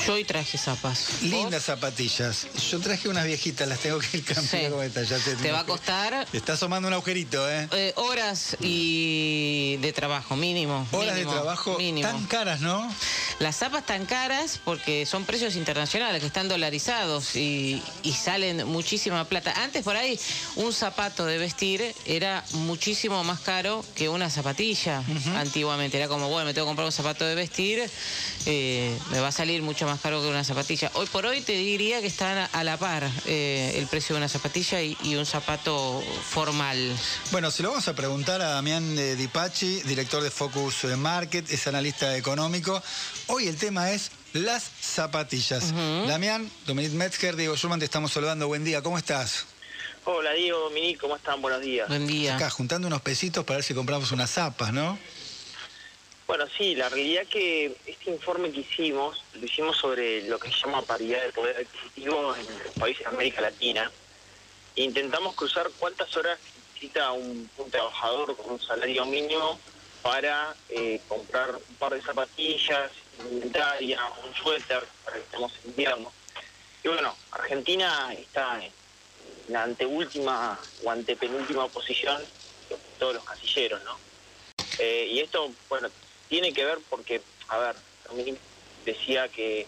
Yo hoy traje zapas. Lindas zapatillas. Yo traje unas viejitas, las tengo que ir cambiando. Sí. Ya te va a costar... Te está asomando un agujerito, horas y de trabajo, mínimo. Horas de trabajo mínimo. Tan caras, ¿no? Las zapas tan caras porque son precios internacionales que están dolarizados y salen muchísima plata. Antes por ahí un zapato de vestir era muchísimo más caro que una zapatilla. Antiguamente era como, bueno, me tengo que comprar un zapato de vestir, me va a salir mucho más caro que una zapatilla. Hoy por hoy te diría que están a la par el precio de una zapatilla y un zapato formal. Bueno, se lo vamos a preguntar a Damián Di Pachi, director de Focus Market, es analista económico. Hoy el tema es las zapatillas. Damián, Dominique Metzger, Diego Schulman, te estamos saludando. Buen día, ¿cómo estás? Hola Diego, Dominique, ¿cómo están? Buenos días. Buen día. Acá, juntando unos pesitos para ver si compramos unas zapas, ¿no? Bueno, sí, la realidad que este informe que hicimos, lo hicimos sobre lo que se llama paridad de poder adquisitivo en los países de América Latina. E intentamos cruzar cuántas horas necesita un trabajador con un salario mínimo para comprar un par de zapatillas, indumentaria, un suéter para que estemos en invierno. Y bueno, Argentina está en la anteúltima o antepenúltima posición de todos los casilleros, ¿no? Y esto, bueno, tiene que ver porque, a ver, Dominique decía que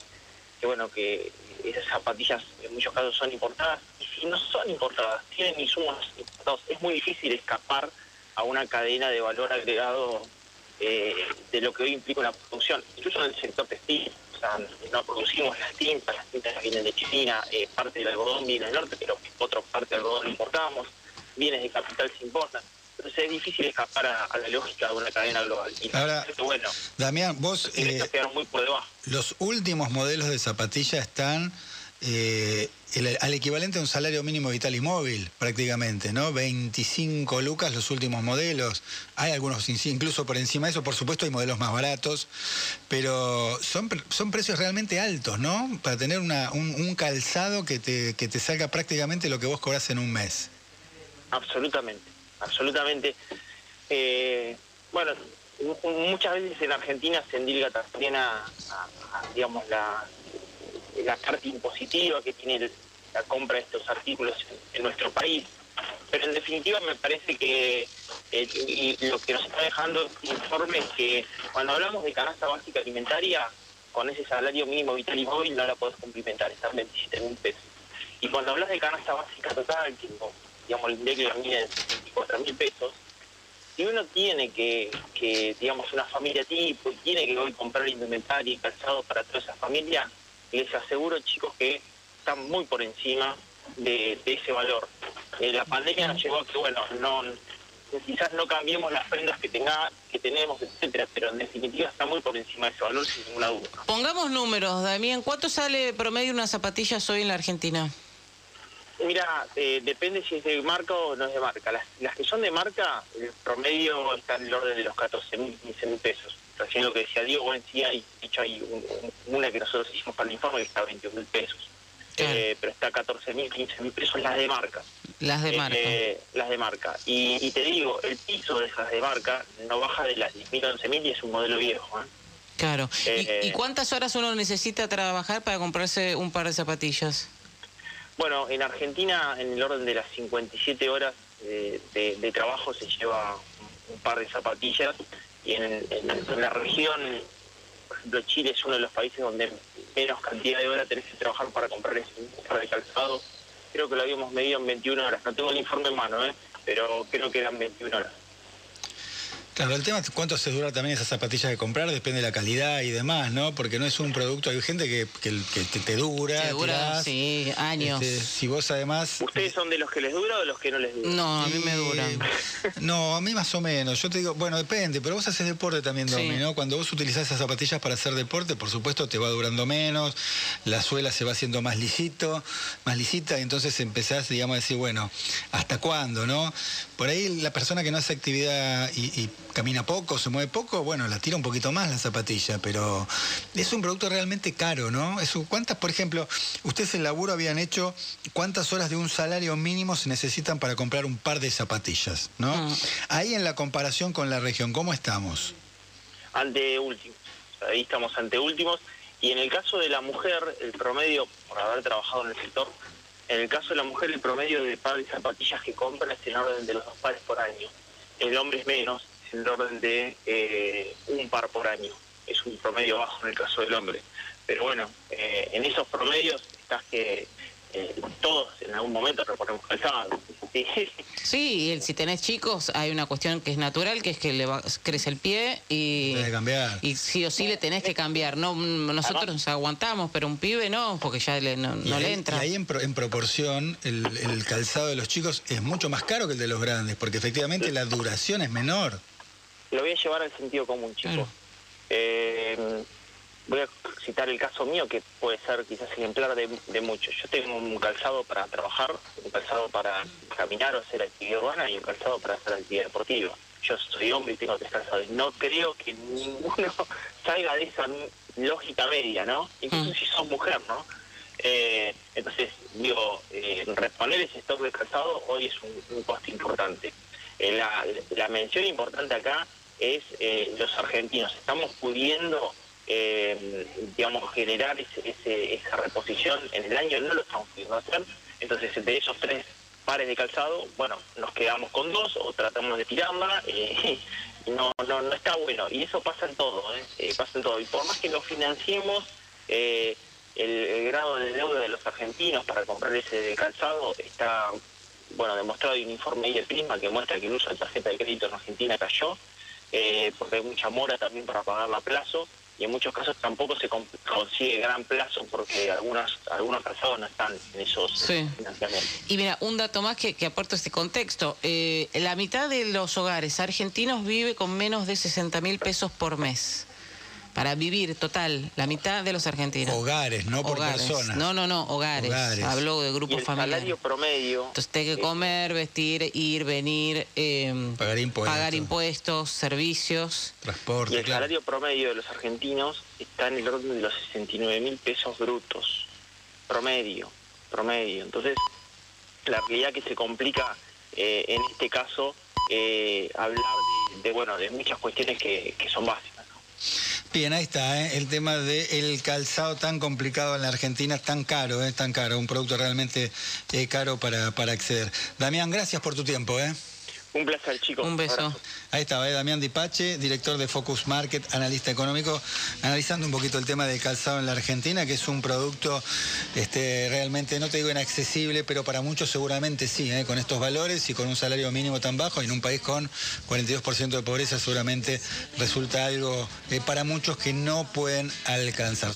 esas zapatillas en muchos casos son importadas, y si no son importadas, tienen insumos importados, es muy difícil escapar a una cadena de valor agregado de lo que hoy implica la producción, incluso en el sector textil. O sea, no producimos las tintas vienen de China, parte del algodón viene del norte, pero otra parte del algodón lo importamos, bienes de capital se importan. Entonces es difícil escapar a la lógica de una cadena global. Y ahora, bueno, Damián, vos... quedaron muy por debajo. Los últimos modelos de zapatilla están al equivalente a un salario mínimo vital y móvil, prácticamente, ¿no? 25 lucas los últimos modelos. Hay algunos incluso por encima de eso, por supuesto hay modelos más baratos, pero son precios realmente altos, ¿no? Para tener un calzado que te salga prácticamente lo que vos cobrás en un mes. Absolutamente. Bueno, muchas veces en Argentina se endilga también a digamos, la carga impositiva que tiene la compra de estos artículos en nuestro país. Pero en definitiva me parece que lo que nos está dejando este informe es que cuando hablamos de canasta básica alimentaria, con ese salario mínimo vital y móvil no la podés cumplimentar, están 27.000 pesos. Y cuando hablas de canasta básica total, que digamos el INDEC lo mide en 24.000 pesos, si uno tiene que digamos, una familia tipo, y tiene que hoy comprar indumentaria y calzado para toda esa familia, les aseguro, chicos, que están muy por encima de ese valor. La pandemia nos llevó a que, bueno, quizás no cambiemos las prendas que tenemos, etcétera, pero en definitiva está muy por encima de ese valor, sin ninguna duda. Pongamos números, Damián. ¿Cuánto sale promedio unas zapatillas hoy en la Argentina? Mira, depende si es de marca o no es de marca. Las que son de marca, el promedio está en el orden de los 14.000, 15.000 pesos. Recién lo que decía Diego, bueno, sí hay una que nosotros hicimos para el informe que está a 21.000 pesos. Claro. Pero está a 14.000, 15.000 pesos las de marca. Las de marca. Las de marca. Y te digo, el piso de esas de marca no baja de las 10.000, 11.000 y es un modelo viejo, ¿eh? Claro. ¿Y cuántas horas uno necesita trabajar para comprarse un par de zapatillas? Bueno, en Argentina, en el orden de las 57 horas de trabajo se lleva un par de zapatillas, y en la región, por ejemplo, Chile es uno de los países donde menos cantidad de horas tenés que trabajar para comprar un par de calzado. Creo que lo habíamos medido en 21 horas, no tengo el informe en mano, pero creo que eran 21 horas. Claro, el tema es cuánto se dura también esas zapatillas de comprar, depende de la calidad y demás, ¿no? Porque no es un producto, hay gente que te dura. Te dura, tirás, sí, años. Si vos además... ¿Ustedes son de los que les dura o de los que no les dura? No, a mí me duran. No, a mí más o menos. Yo te digo, bueno, depende, pero vos haces deporte también, Domi, sí, ¿no? Cuando vos utilizás esas zapatillas para hacer deporte, por supuesto te va durando menos, la suela se va haciendo más lisita, y entonces empezás, digamos, a decir, bueno, ¿hasta cuándo, no? Por ahí la persona que no hace actividad y camina poco, se mueve poco, bueno, la tira un poquito más la zapatilla, pero es un producto realmente caro, ¿no? ¿Cuántas, por ejemplo, ustedes en laburo habían hecho, cuántas horas de un salario mínimo se necesitan para comprar un par de zapatillas, ¿no? Ahí en la comparación con la región, ¿cómo estamos? Anteúltimos, ahí estamos anteúltimos, Y en el caso de la mujer, el promedio, por haber trabajado en el sector, en el caso de la mujer el promedio de pares de zapatillas que compran es en orden de los 2 pares por año. El hombre es menos, es en el orden de 1 par por año. Es un promedio bajo en el caso del hombre. Pero bueno, en esos promedios estás que todos en algún momento reponemos calzado. ¿Sí? Sí, si tenés chicos hay una cuestión que es natural, que es que crece el pie y cambiar. Y sí o sí le tenés que cambiar. No, nosotros nos aguantamos, pero un pibe no, porque ya no le entra. Y ahí en proporción el calzado de los chicos es mucho más caro que el de los grandes, porque efectivamente la duración es menor. Lo voy a llevar al sentido común, chicos. Voy a citar el caso mío, que puede ser quizás ejemplar de muchos. Yo tengo un calzado para trabajar, un calzado para caminar o hacer actividad urbana y un calzado para hacer actividad deportiva. Yo soy hombre y tengo 3 calzados. No creo que ninguno salga de esa lógica media, ¿no? Incluso si sos mujer, ¿no? Entonces, digo, reponer ese stock de calzado hoy es un costo importante. La mención importante acá es los argentinos. Estamos pudiendo digamos, generar esa reposición en el año, no lo estamos pudiendo hacer. Entonces, de esos 3 pares de calzado, bueno, nos quedamos con 2 o tratamos de tirarla y no está bueno. Y eso pasa en todo, pasa en todo. Y por más que lo financiemos, el grado de deuda de los argentinos para comprar ese calzado está, bueno, demostrado. Hay un informe ahí de Prisma que muestra que el uso de tarjeta de crédito en Argentina cayó, porque hay mucha mora también para pagarla a plazo. Y en muchos casos tampoco se consigue gran plazo porque algunos calzados no están en esos financiamientos. Y mira, un dato más que aporta este contexto. La mitad de los hogares argentinos vive con menos de 60.000 pesos por mes. Para vivir, total, la mitad de los argentinos. Hogares, no por personas. No, hogares. Hablo de grupos familiares. El salario promedio. Entonces tenés que comer, vestir, ir, venir, pagar impuestos, servicios. Transporte, y el salario promedio de los argentinos está en el orden de los 69.000 pesos brutos. Promedio. Entonces, la realidad que se complica en este caso, hablar de muchas cuestiones que son básicas. Bien, ahí está, el tema del calzado tan complicado en la Argentina, tan caro, un producto realmente caro para acceder. Damián, gracias por tu tiempo. Un placer, chicos. Un beso. Abrazo. Ahí estaba, Damián Dipache, director de Focus Market, analista económico, analizando un poquito el tema del calzado en la Argentina, que es un producto realmente, no te digo inaccesible, pero para muchos seguramente sí, con estos valores y con un salario mínimo tan bajo, y en un país con 42% de pobreza seguramente resulta algo para muchos que no pueden alcanzar.